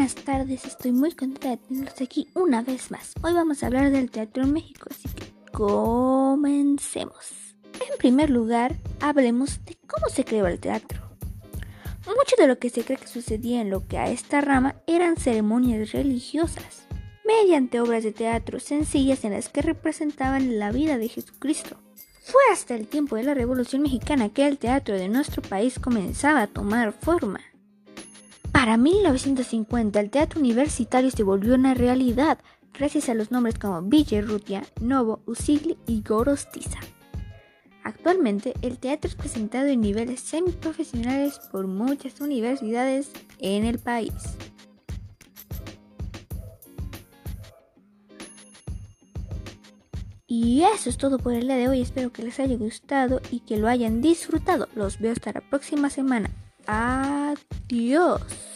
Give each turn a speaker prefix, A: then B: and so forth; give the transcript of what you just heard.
A: Buenas tardes, estoy muy contenta de tenerlos aquí una vez más. Hoy vamos a hablar del teatro en México, así que comencemos. En primer lugar, hablemos de cómo se creó el teatro. Mucho de lo que se cree que sucedía en lo que a esta rama eran ceremonias religiosas, mediante obras de teatro sencillas en las que representaban la vida de Jesucristo. Fue hasta el tiempo de la Revolución Mexicana que el teatro de nuestro país comenzaba a tomar forma. Para 1950, el teatro universitario se volvió una realidad gracias a los nombres como Villa Urrutia, Novo, Usigli y Gorostiza. Actualmente, el teatro es presentado en niveles semiprofesionales por muchas universidades en el país. Y eso es todo por el día de hoy. Espero que les haya gustado y que lo hayan disfrutado. Los veo hasta la próxima semana. Adiós.